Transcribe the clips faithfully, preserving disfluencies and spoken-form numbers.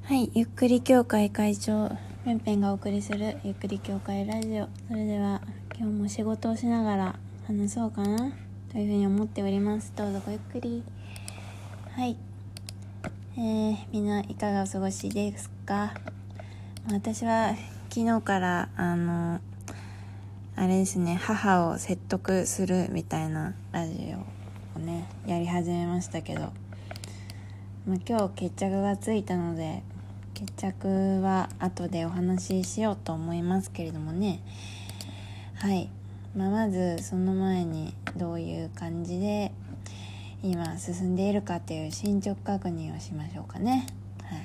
はい、ゆっくり協会会長ペンペンがお送りするゆっくり協会ラジオ。それでは今日も仕事をしながら話そうかなというふうに思っております。どうぞごゆっくり。はい、えー、みんないかがお過ごしですか？私は昨日からあのあれですね、母を説得するみたいなラジオをねやり始めましたけど、まあ、今日決着がついたので決着は後でお話ししようと思いますけれどもね。はい、まあ、まずその前にどういう感じで今進んでいるかという進捗確認をしましょうかね。はい、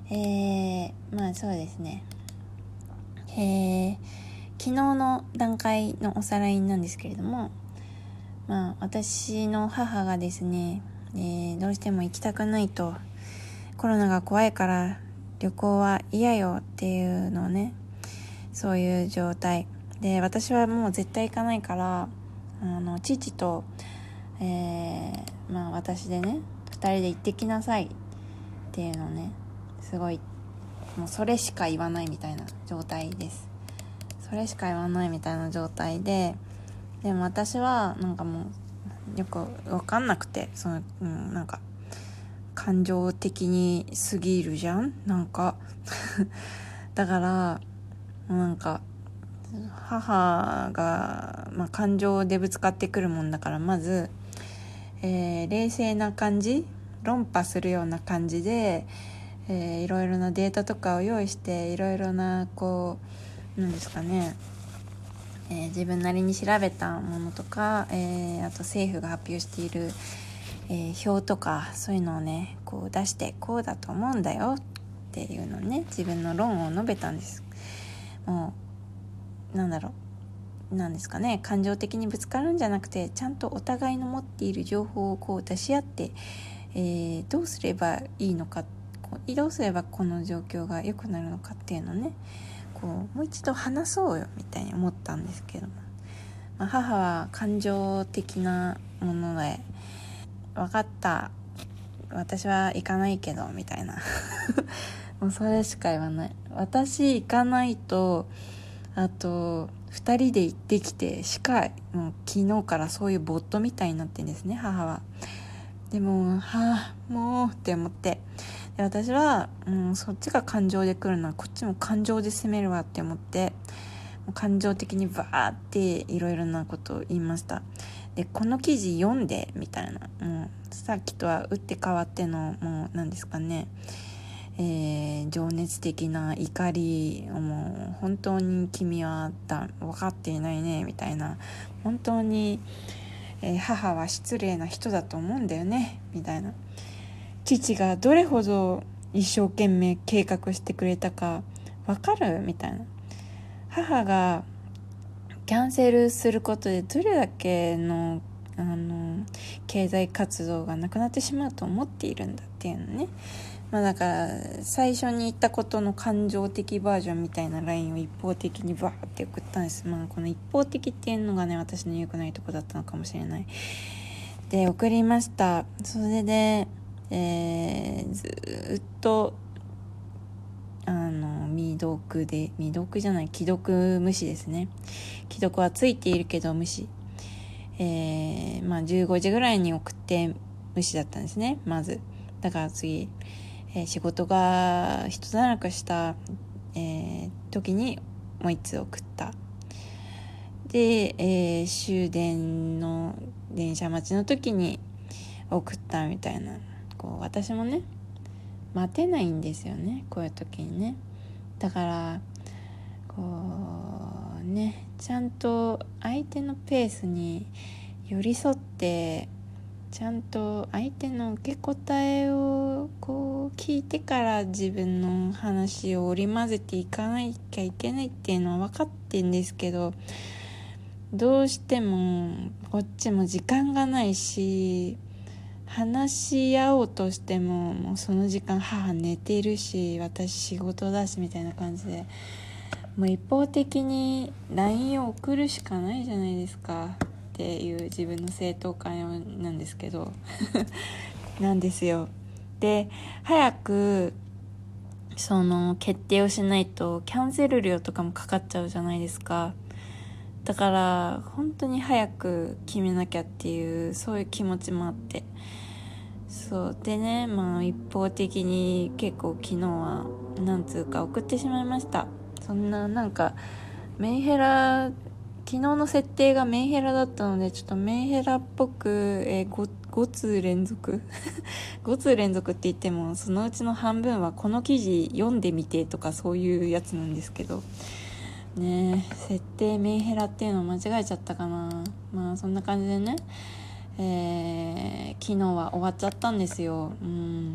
えー、まあそうですね、えー、昨日の段階のおさらいなんですけれども、まあ私の母がですね、えー、どうしても行きたくないと、コロナが怖いから旅行は嫌よっていうのをね、そういう状態で、私はもう絶対行かないから、あの父と、えー、まあ私でねふたりで行ってきなさいっていうのをね、すごいもうそれしか言わないみたいな状態です。それしか言わないみたいな状態で、でも私はなんかもうよく分かんなくて、その、うん、なんか感情的に過ぎるじゃん、なんかだからなんか母が、まあ、感情でぶつかってくるもんだから、まず、えー、冷静な感じ、論破するような感じで、えー、いろいろなデータとかを用意して、いろいろなこうなんですかね、えー、自分なりに調べたものとか、えー、あと政府が発表しているえー、表とかそういうのをねこう出して、こうだと思うんだよっていうのをね、自分の論を述べたんです。もうなんだろう、なんですかね、感情的にぶつかるんじゃなくて、ちゃんとお互いの持っている情報をこう出し合って、えー、どうすればいいのか、こうどうすればこの状況が良くなるのかっていうのをね、こうもう一度話そうよみたいに思ったんですけども、まあ、母は感情的なもので、分かった、私は行かないけどみたいなもうそれしか言わない。私行かないと、あとふたりで行ってきてしか、もう昨日からそういうボットみたいになってんですね、母は。でもはあもうって思って、で私は、うん、そっちが感情で来るのはこっちも感情で攻めるわって思って、もう感情的にバーっていろいろなことを言いました。でこの記事読んでみたいな、もうさっきとは打って変わっての、もう何ですかね、えー、情熱的な怒りを、もう本当に君はだ分かっていないねみたいな、本当に、えー、母は失礼な人だと思うんだよねみたいな、父がどれほど一生懸命計画してくれたか分かるみたいな、母がキャンセルすることでどれだけのあの経済活動がなくなってしまうと思っているんだっていうのね。まあだから最初に言ったことの感情的バージョンみたいなラインを一方的にバーって送ったんです。まあこの一方的っていうのがね、私の良くないとこだったのかもしれない。で送りました。それで、えー、ずっとあの未読で未読じゃない既読無視ですね。既読はついているけど無視、えー、まあじゅうごじぐらいに送って無視だったんですね、まず。だから次、えー、仕事が一段落した、えー、時にもう一通送った。で、えー、終電の電車待ちの時に送ったみたいな、こう私もね待てないんですよね、こういう時にね。だからこうね、ちゃんと相手のペースに寄り添って、ちゃんと相手の受け答えをこう聞いてから自分の話を織り交ぜていかなきゃいけないっていうのは分かってんですけど、どうしてもこっちも時間がないし、話し合おうとしてももうその時間母寝てるし、私仕事だしみたいな感じで、もう一方的に ライン を送るしかないじゃないですかっていう自分の正当化なんですけどなんですよ。で早くその決定をしないとキャンセル料とかもかかっちゃうじゃないですか。だから本当に早く決めなきゃっていうそういう気持ちもあって、そうでね、まあ一方的に結構昨日はなんつうか送ってしまいました。そんななんかメンヘラ、昨日の設定がメンヘラだったのでちょっとメンヘラっぽく、えー、5, 5通連続ご通連続って言ってもそのうちの半分はこの記事読んでみてとかそういうやつなんですけどね。え設定メンヘラっていうのを間違えちゃったかな。まあそんな感じでね、えー、昨日は終わっちゃったんですよ。うん。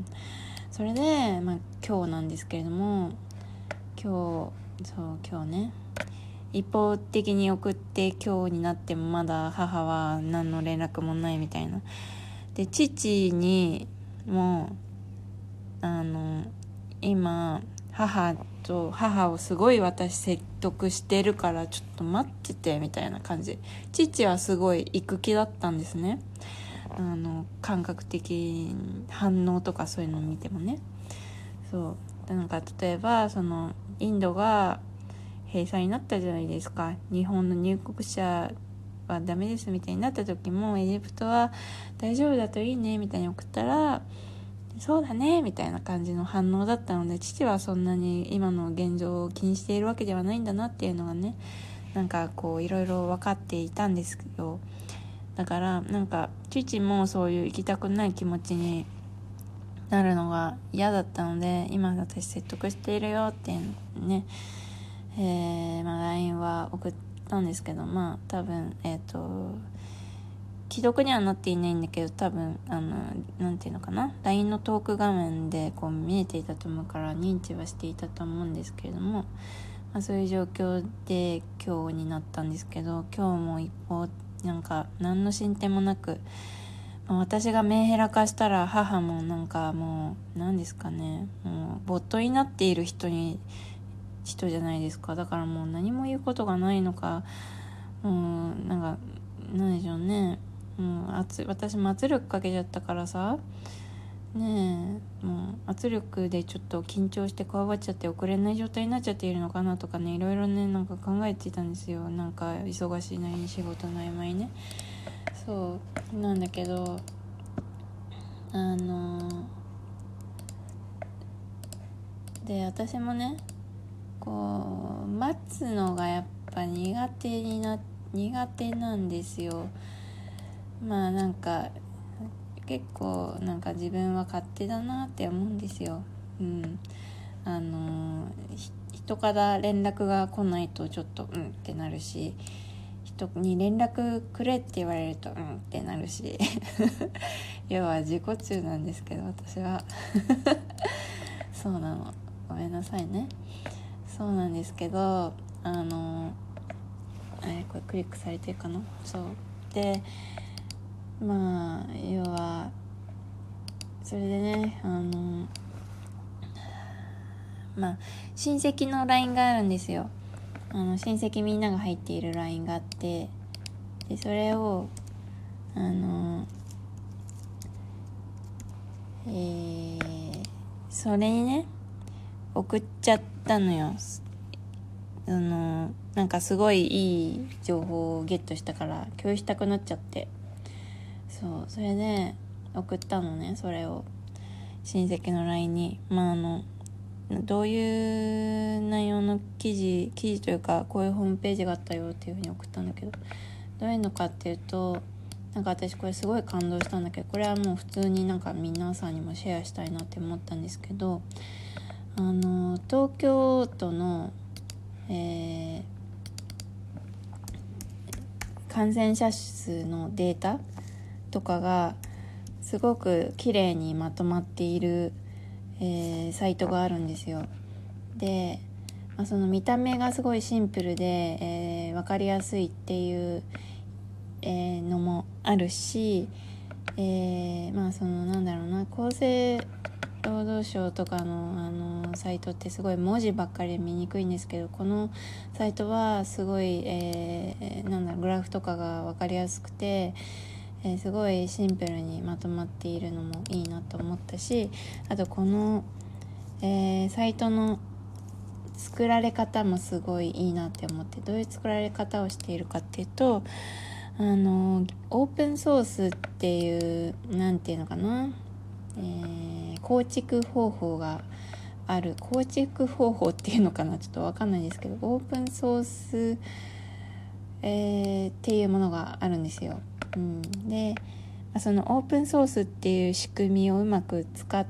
それで、まあ、今日なんですけれども、今日そう今日ね一方的に送って今日になってもまだ母は何の連絡もないみたいな。で父にもあの今母と母をすごい私説得してるからちょっと待っててみたいな感じ。父はすごい行く気だったんですね。あの感覚的反応とかそういうのを見てもね。そうなんか例えばそのインドが閉鎖になったじゃないですか。日本の入国者はダメですみたいになった時もエジプトは大丈夫だといいねみたいに送ったらそうだねみたいな感じの反応だったので、父はそんなに今の現状を気にしているわけではないんだなっていうのがね、なんかこういろいろ分かっていたんですけど、だからなんか父もそういう行きたくない気持ちになるのが嫌だったので、今私説得しているよってね、えーまあ、ライン は送ったんですけど、まあ多分えっと既読にはなっていないんだけど、多分あのなんていうのかな ライン のトーク画面でこう見えていたと思うから認知はしていたと思うんですけれども、まあ、そういう状況で今日になったんですけど、今日も一方なんか何の進展もなく、まあ、私がメンヘラ化したら母もなんかもう何ですかね、もうボットになっている人に人じゃないですか。だからもう何も言うことがないのか、もうなんかなんでしょうね、もう圧私も圧力かけちゃったからさねえ、もう圧力でちょっと緊張してこわばっちゃって送れない状態になっちゃっているのかなとかね、いろいろねなんか考えてたんですよ。なんか忙しいなりに仕事の合間にね。そうなんだけどあので私もねこう待つのがやっぱ苦手にな苦手なんですよ。まあなんか結構なんか自分は勝手だなって思うんですよ。うんあの人から連絡が来ないとちょっとうんってなるし、人に連絡くれって言われるとうんってなるし要は自己中なんですけど私はそうなの、ごめんなさいね。そうなんですけどあのあれこれクリックされてるかな。そうでまあ要はそれでねあのまあ親戚の ライン があるんですよ。あの親戚みんなが入っている ライン があって、でそれをあのえー、それにね送っちゃったのよ。あのなんかすごいいい情報をゲットしたから共有したくなっちゃって、そうそれで送ったのね、それを親戚の ライン に。まああのどういう内容の記事記事というかこういうホームページがあったよっていう風に送ったんだけど、どういうのかっていうと、なんか私これすごい感動したんだけど、これはもう普通になんか皆さんにもシェアしたいなって思ったんですけど、あの東京都の、えー、感染者数のデータとかがすごく綺麗にまとまっている、えー、サイトがあるんですよ。で、まあ、その見た目がすごいシンプルで、えー、分かりやすいっていう、えー、のもあるし、えー、まあそのなんだろうな、厚生労働省とかのあのサイトってすごい文字ばっかりで見にくいんですけど、このサイトはすごい、えー、なんだろうグラフとかが分かりやすくて、えー、すごいシンプルにまとまっているのもいいなと思ったし、あとこの、 えー、サイトの作られ方もすごいいいなって思って、どういう作られ方をしているかっていうと、あのオープンソースっていうなんていうのかな、えー、構築方法がある構築方法っていうのかな、ちょっと分かんないですけど、オープンソース、えー、っていうものがあるんですよ、うん、でそのオープンソースっていう仕組みをうまく使って、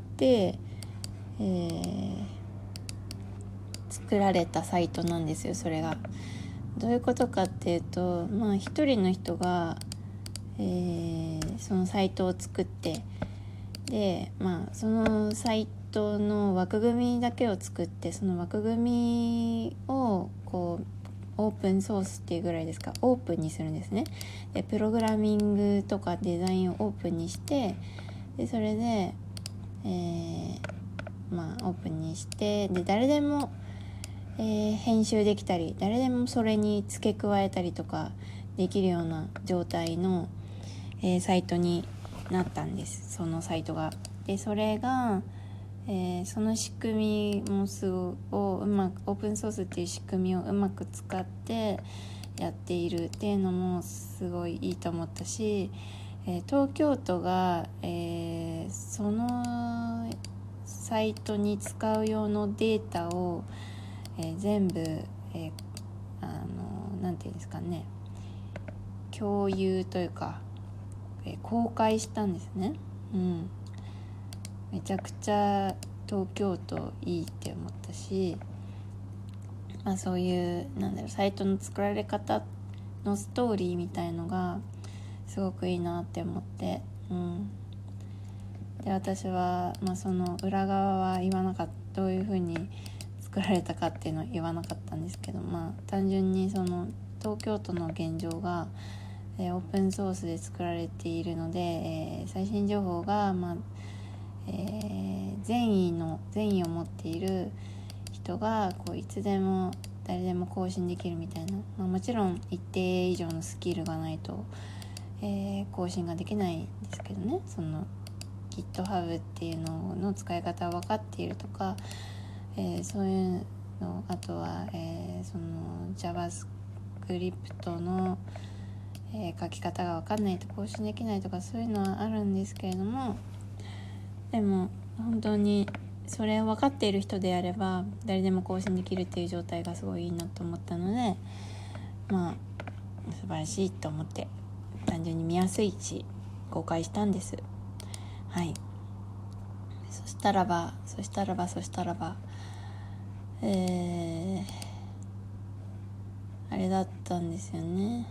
えー、作られたサイトなんですよ。それがどういうことかっていうと、まあ一人の人が、えー、そのサイトを作って、でまあそのサイトの枠組みだけを作って、その枠組みをこうオープンソースっていうぐらいですか、オープンにするんですね。でプログラミングとかデザインをオープンにして、でそれで、えー、まあオープンにして、で誰でも、えー、編集できたり、誰でもそれに付け加えたりとかできるような状態の、えー、サイトになったんです、そのサイトが。でそれが、えー、その仕組みもすごをうまくオープンソースっていう仕組みをうまく使ってやっているっていうのもすごいいいと思ったし、えー、東京都が、えー、そのサイトに使う用のデータを、えー、全部、えー、あのなんていうんですかね、共有というか、えー、公開したんですね。うん、めちゃくちゃ東京都いいって思ったし、まあ、そういうなんだろう、サイトの作られ方のストーリーみたいのがすごくいいなって思って、うん、で私は、まあ、その裏側は言わなかった、どういう風に作られたかっていうのは言わなかったんですけど、まあ単純にその東京都の現状が、えー、オープンソースで作られているので、えー、最新情報が、まあえー、善意の善意を持っている人がこういつでも誰でも更新できるみたいな、まあ、もちろん一定以上のスキルがないと、えー、更新ができないんですけどね、その GitHub っていうのの使い方は分かっているとか、えー、そういうの、あとは、えー、その JavaScript の、えー、書き方が分かんないと更新できないとか、そういうのはあるんですけれども、でも本当にそれを分かっている人であれば誰でも更新できるっていう状態がすごいいいなと思ったので、まあ素晴らしいと思って、単純に見やすいし公開したんです。はい。そしたらばそしたらばそしたらばえー、あれだったんですよね。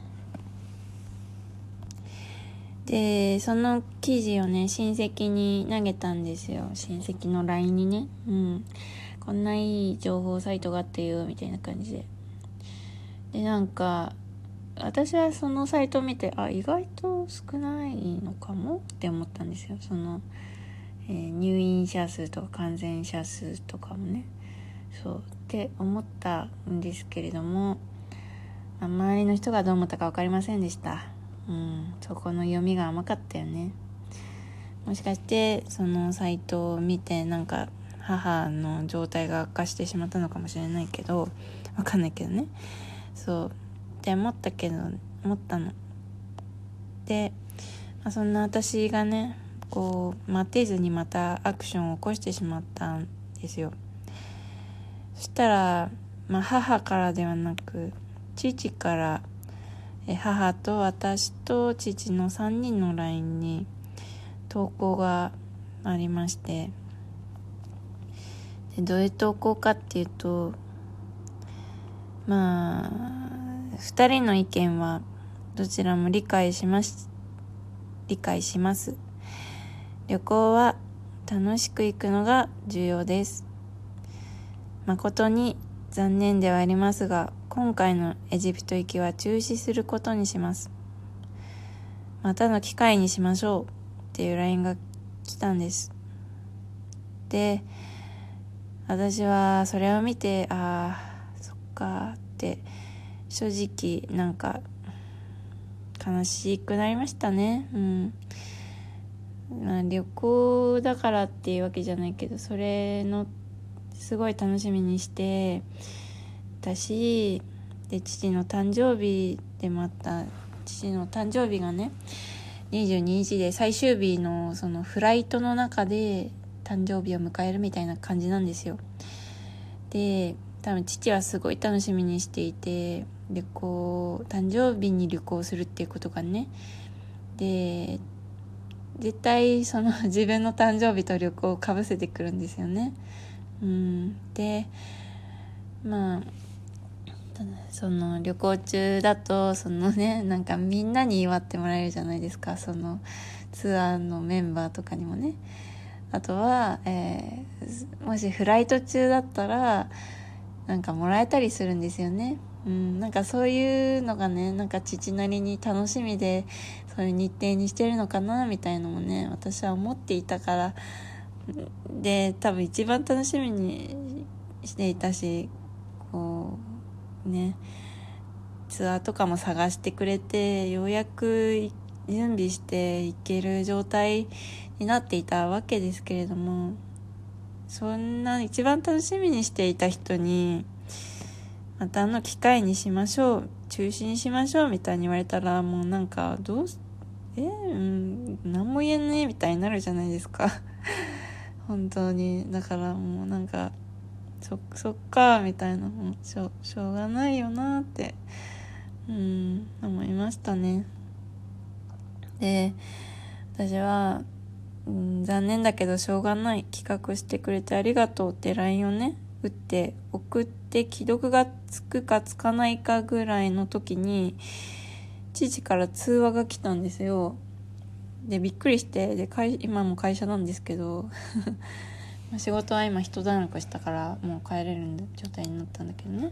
でその記事をね親戚に投げたんですよ。親戚の ライン にね、うん、こんないい情報サイトがあってよみたいな感じで、でなんか私はそのサイトを見て、あ意外と少ないのかもって思ったんですよ。その、えー、入院者数とか感染者数とかもね、そうって思ったんですけれども、周りの人がどう思ったか分かりませんでした。うん、そこの読みが甘かったよね。もしかしてそのサイトを見てなんか母の状態が悪化してしまったのかもしれないけど、分かんないけどね、そうって思ったけど思ったので、まあ、そんな私がねこう待てずにまたアクションを起こしてしまったんですよ。そしたら、まあ、母からではなく父から、え母と私と父のさんにんの ライン に投稿がありまして、でどういう投稿かっていうと、まあふたりの意見はどちらも理解します理解します旅行は楽しく行くのが重要です。誠に残念ではありますが今回のエジプト行きは中止することにします。またの機会にしましょうっていう ライン が来たんです。で私はそれを見て、ああそっかって正直なんか悲しくなりましたね。うん、まあ、旅行だからっていうわけじゃないけど、それのすごい楽しみにしてたし、で父の誕生日でもあった父の誕生日がねにじゅうににちで最終日のそのフライトの中で誕生日を迎えるみたいな感じなんですよ。で多分父はすごい楽しみにしていて、でこう誕生日に旅行するっていうことがね、で絶対その自分の誕生日と旅行をかぶせてくるんですよね。うんでまあその旅行中だとそのねなんかみんなに祝ってもらえるじゃないですか、そのツアーのメンバーとかにもね。あとは、えー、もしフライト中だったらなんかもらえたりするんですよね。うん、なんかそういうのがねなんか父なりに楽しみでそういう日程にしてるのかなみたいのもね私は思っていたから、で多分一番楽しみにしていたし、こうねツアーとかも探してくれてようやく準備していける状態になっていたわけですけれども、そんな一番楽しみにしていた人にまたあの機会にしましょう、中止にしましょうみたいに言われたらもうなんかどうすえうん何も言えねえみたいになるじゃないですか本当に。だからもうなんかそ, そっかみたいな、もうし ょ, しょうがないよなってうん思いましたね。で私は、うん、残念だけどしょうがない、企画してくれてありがとうって ライン をね打って送って既読がつくかつかないかぐらいの時に父から通話が来たんですよ。でびっくりして、で今も会社なんですけど仕事は今一段落したからもう帰れる状態になったんだけどね。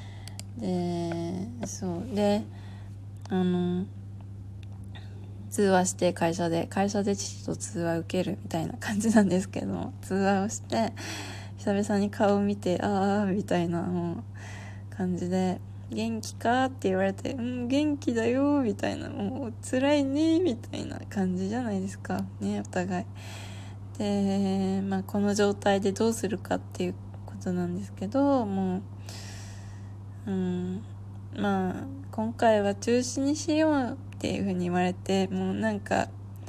でそうであの通話して会社で会社で父と通話受けるみたいな感じなんですけど、通話をして久々に顔を見てああみたいなもう感じで、元気かって言われて、うん元気だよみたいな、もう辛いねみたいな感じじゃないですかねお互いで、まあ、この状態でどうするかっていうことなんですけど、もううんまあ今回は中止にしようっていう風に言われて、もうなんか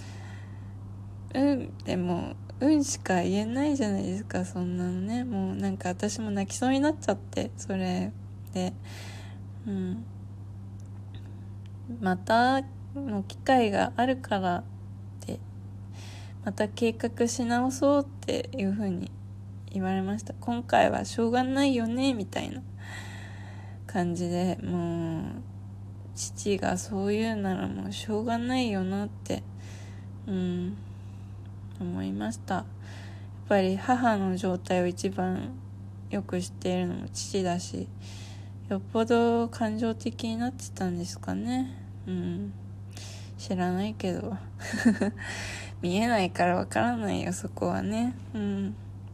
うんでもうんしか言えないじゃないですか、そんなのね。もうなんか私も泣きそうになっちゃって、それでうんまたの機会があるからってまた計画し直そうっていう風に言われました。今回はしょうがないよねみたいな感じで、もう父がそう言うならもうしょうがないよなってうん思いました。やっぱり母の状態を一番よく知っているのも父だし、よっぽど感情的になってたんですかね。うん知らないけど見えないからわからないよそこはね。うん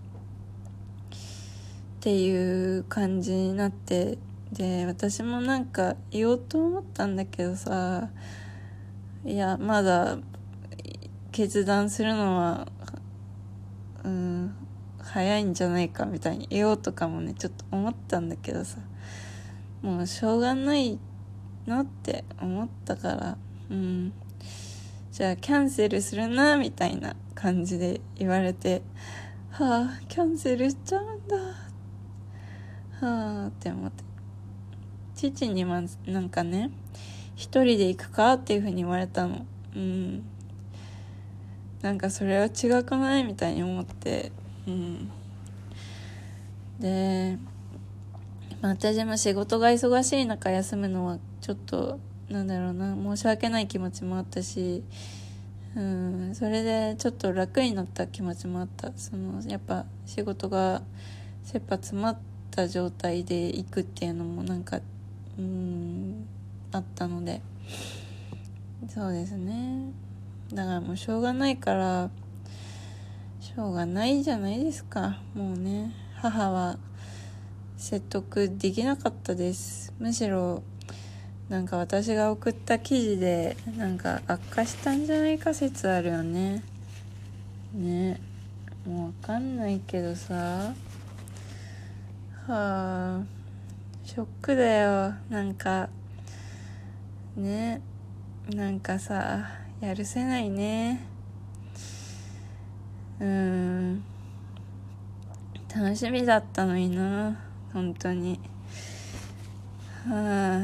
っていう感じになって、で私もなんか言おうと思ったんだけどさ、いやまだ決断するのはうん早いんじゃないかみたいに言おうとかもねちょっと思ったんだけどさ、もうしょうがないなって思ったから、うんじゃあキャンセルするなみたいな感じで言われて、はあキャンセルしちゃうんだはあって思って、父にもなんかね一人で行くかっていう風に言われたの。うんなんかそれは違くないみたいに思って、うんで、まあ、私も仕事が忙しい中休むのはちょっとなんだろうな、申し訳ない気持ちもあったし、うんそれでちょっと楽になった気持ちもあった。そのやっぱ仕事が切羽詰まった状態で行くっていうのもなんかうんあったので、そうですね。だからもうしょうがないからしょうがないじゃないですか。もうね母は説得できなかったです。むしろなんか私が送った記事でなんか悪化したんじゃないか説あるよね。ねもうわかんないけどさ、 はあ、ショックだよ。なんかね、なんかさ、やるせないね。うーん、楽しみだったのにな、本当に。はあ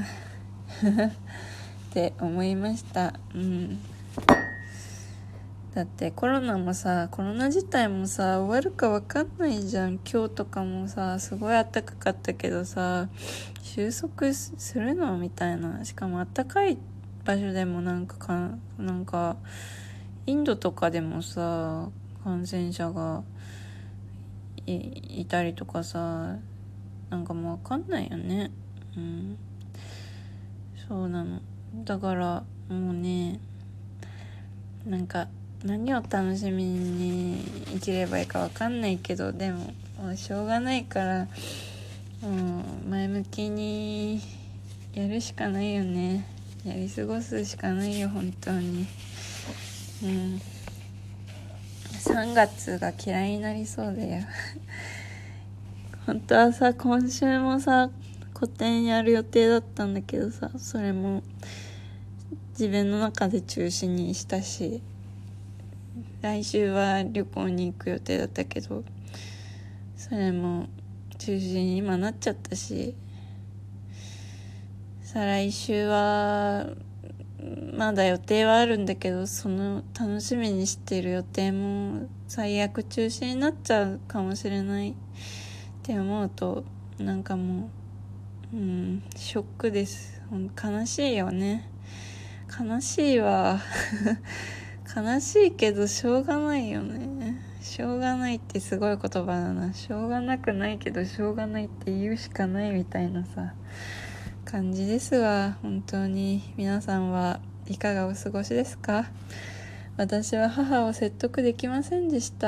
って思いました。うん。だってコロナもさ、コロナ自体もさ、終わるか分かんないじゃん。今日とかもさ、すごい暖かかったけどさ、収束するのみたいな。しかも暖かい場所でもなんかかなんかインドとかでもさ、感染者が い, いたりとかさ、なんかもう分かんないよね。うん、そうなの。だからもうね、なんか何を楽しみに生きればいいか分かんないけど、でももうしょうがないから、もう前向きにやるしかないよね。やり過ごすしかないよ、本当に。うん、さんがつが嫌いになりそうだよ本当はさ、今週もさ個展やる予定だったんだけどさ、それも自分の中で中止にしたし、来週は旅行に行く予定だったけど、それも中止に今なっちゃったし、再来週はまだ予定はあるんだけど、その楽しみにしてる予定も最悪中止になっちゃうかもしれないって思うと、なんかもう、うん、ショックです。悲しいよね。悲しいわ悲しいけどしょうがないよね。しょうがないってすごい言葉だな。しょうがなくないけどしょうがないって言うしかないみたいなさ感じですわ。本当に皆さんはいかがお過ごしですか？私は母を説得できませんでした。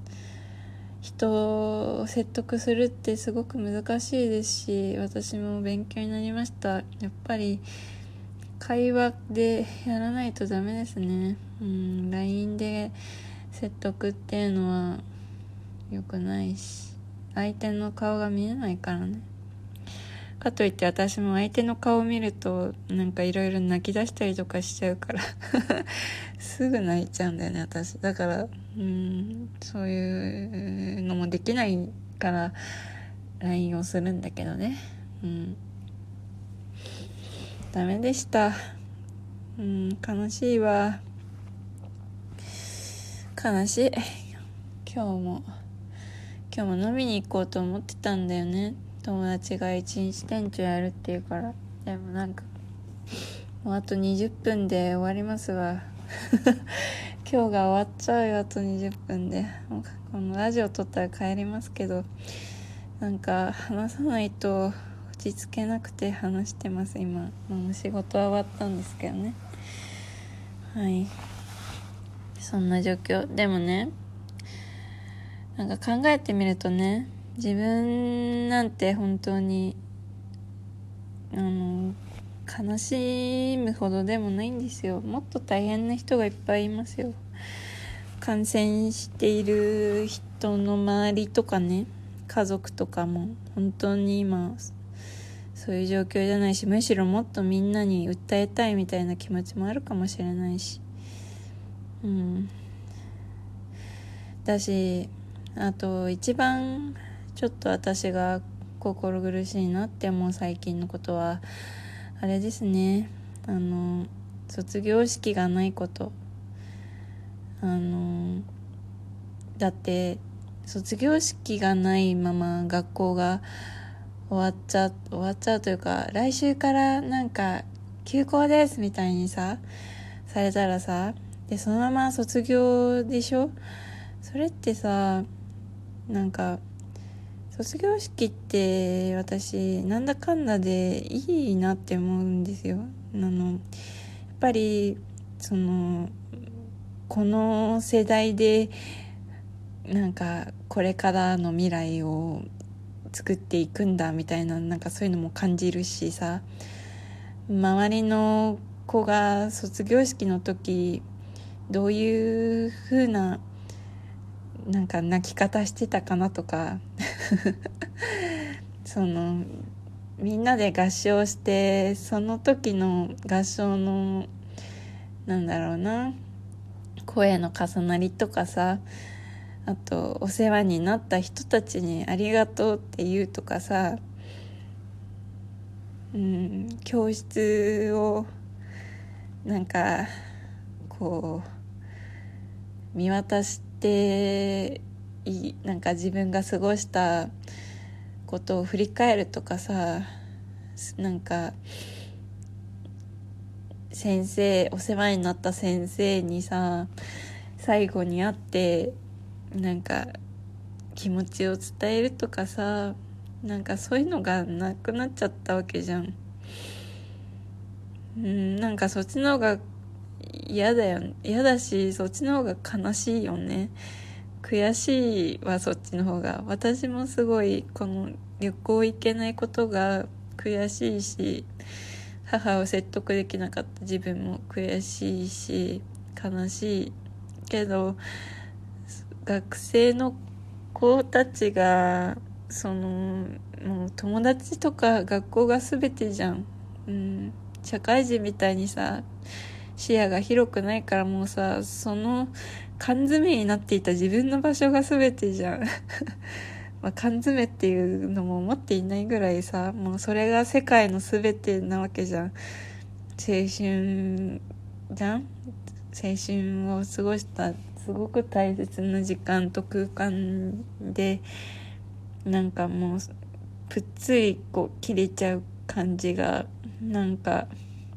人を説得するってすごく難しいですし、私も勉強になりました。やっぱり会話でやらないとダメですね。うん、ライン で説得っていうのは良くないし、相手の顔が見えないからね。かといって私も相手の顔を見るとなんかいろいろ泣き出したりとかしちゃうからすぐ泣いちゃうんだよね、私。だからうん、そういうのもできないから ライン をするんだけどね。うん、ダメでした。うん、悲しいわ。悲しい。今日も今日も飲みに行こうと思ってたんだよね。友達が一日店長やるっていうから。でもなんかもうあとにじゅっぷんで終わりますわ今日が終わっちゃうよ、あとにじゅっぷんで。もうこのラジオ撮ったら帰りますけど、なんか話さないと落ち着けなくて話してます今。もう仕事は終わったんですけどね。はい、そんな状況。でもね、なんか考えてみるとね、自分なんて本当にあの悲しむほどでもないんですよ。もっと大変な人がいっぱいいますよ。感染している人の周りとかね、家族とかも本当に今そういう状況じゃないし、むしろもっとみんなに訴えたいみたいな気持ちもあるかもしれないし、うんだし、あと一番ちょっと私が心苦しいなって思う最近のことはあれですね。あの卒業式がないこと。あのだって卒業式がないまま学校が終わっちゃ終わっちゃうというか、来週からなんか休校ですみたいにさされたらさ、でそのまま卒業でしょ。それってさ、なんか卒業式って私なんだかんだでいいなって思うんですよ。あのやっぱりそのこの世代でなんかこれからの未来を作っていくんだみたいな、なんかそういうのも感じるしさ、周りの子が卒業式の時どういう風ななんか泣き方してたかなとかそのみんなで合唱して、その時の合唱のなんだろうな、声の重なりとかさ、あとお世話になった人たちにありがとうって言うとかさ、うん、教室をなんかこう見渡していなんか自分が過ごしたことを振り返るとかさ、なんか先生、お世話になった先生にさ、最後に会ってなんか気持ちを伝えるとかさ、なんかそういうのがなくなっちゃったわけじゃん。うん、なんかそっちの方が嫌だよ、嫌だし、そっちの方が悲しいよね。悔しいわ、そっちの方が。私もすごいこの旅行行けないことが悔しいし、母を説得できなかった自分も悔しいし悲しいけど、学生の子たちがそのもう友達とか学校が全てじゃん、うん、社会人みたいにさ視野が広くないから、もうさ、その缶詰になっていた自分の場所が全てじゃんまあ缶詰っていうのも思っていないぐらいさ、もうそれが世界の全てなわけじゃん。青春じゃん、青春を過ごしたすごく大切な時間と空間で、なんかもうぷっつりこう切れちゃう感じがなんか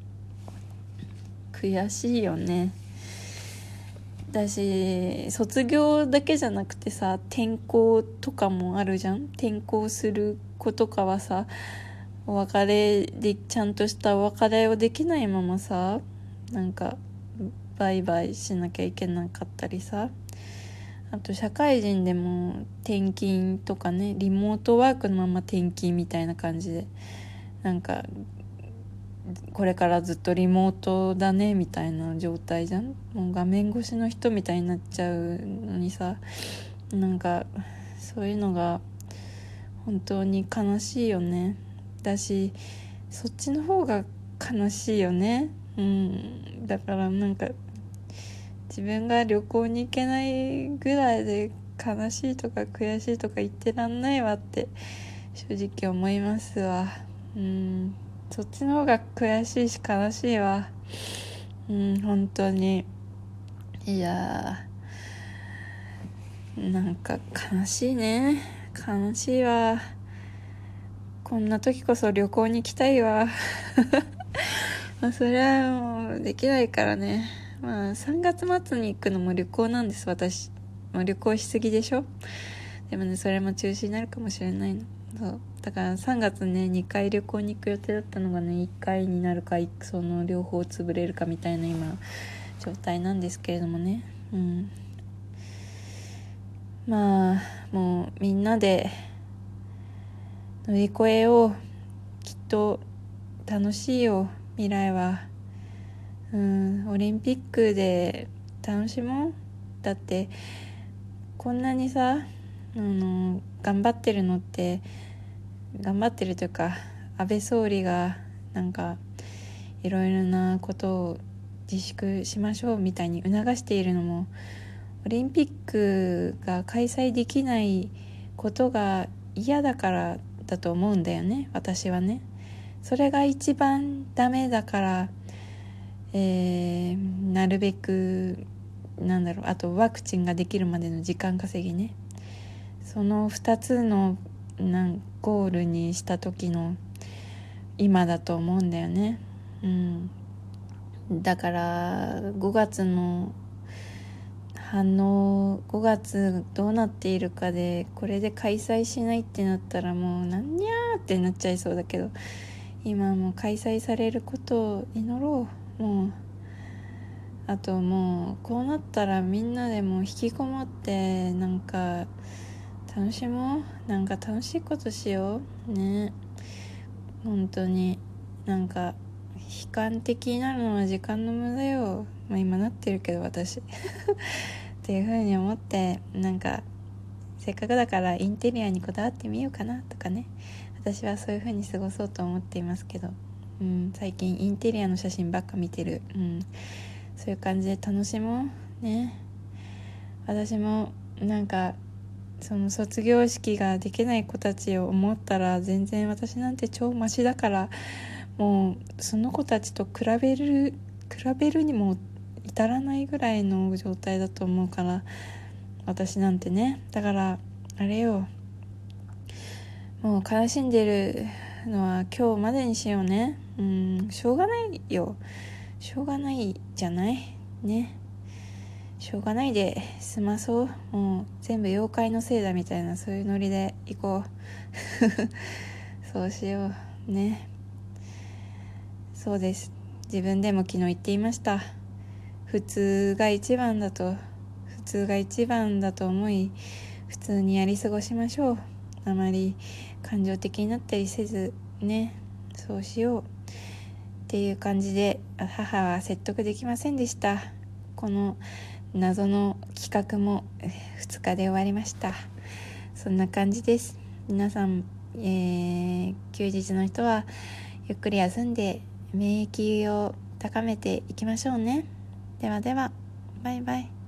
悔しいよね。だし卒業だけじゃなくてさ、転校とかもあるじゃん。転校する子とかはさ、お別れでちゃんとしたお別れをできないままさ、なんかバイバイしなきゃいけなかったりさ、あと社会人でも転勤とかね、リモートワークのまま転勤みたいな感じで、なんかこれからずっとリモートだねみたいな状態じゃん。もう画面越しの人みたいになっちゃうのにさ、なんかそういうのが本当に悲しいよね。だしそっちの方が悲しいよね。うん、だからなんか自分が旅行に行けないぐらいで悲しいとか悔しいとか言ってらんないわって正直思いますわ。うん、そっちの方が悔しいし悲しいわ。うん、本当に。いやー、なんか悲しいね。悲しいわ。こんな時こそ旅行に行きたいわ。まあそれはもうできないからね。まあさんがつ末に行くのも旅行なんです、私。まあ、旅行しすぎでしょ。でもね、それも中止になるかもしれないの。そうだからさんがつね、にかい旅行に行く予定だったのがね、いっかいになるか、その両方潰れるかみたいな今状態なんですけれどもね。うん、まあもうみんなで乗り越えよう。きっと楽しいよ、未来は。うん、オリンピックで楽しもう。だってこんなにさ、あの頑張ってるのって頑張ってるというか、安倍総理がなんかいろいろなことを自粛しましょうみたいに促しているのも、オリンピックが開催できないことが嫌だからだと思うんだよね、私はね。それが一番ダメだから、えー、なるべくなんだろう、あとワクチンができるまでの時間稼ぎね、そのふたつのなんゴールにした時の今だと思うんだよね。うん、だからごがつの反応、ごがつどうなっているかで、これで開催しないってなったらもうなんにゃーってなっちゃいそうだけど、今もう開催されることを祈ろう。もうあともうこうなったらみんなでもう引きこもってなんか楽しもう。なんか楽しいことしようね。本当になんか悲観的になるのは時間の無駄よ。まあ今なってるけど私っていう風に思って、なんかせっかくだからインテリアにこだわってみようかなとかね。 私はそういう風に過ごそうと思っていますけど、うん、最近インテリアの写真ばっか見てる、うん、そういう感じで楽しもうね。私もなんかその卒業式ができない子たちを思ったら、全然私なんて超マシだから、もうその子たちと比べる比べるにも至らないぐらいの状態だと思うから、私なんてね。だからあれよ、もう悲しんでるのは今日までにしようね。うん、しょうがないよ、しょうがないじゃないね。しょうがないで済まそう。もう全部妖怪のせいだみたいな、そういうノリでいこうそうしようね。そうです。自分でも昨日言っていました。普通が一番だと普通が一番だと思い、普通にやり過ごしましょう。あまり感情的になったりせずね。そうしようっていう感じで、母は説得できませんでした。この謎の企画もふつかで終わりました。そんな感じです。皆さん、えー、休日の人はゆっくり休んで免疫を高めていきましょうね。ではでは、バイバイ。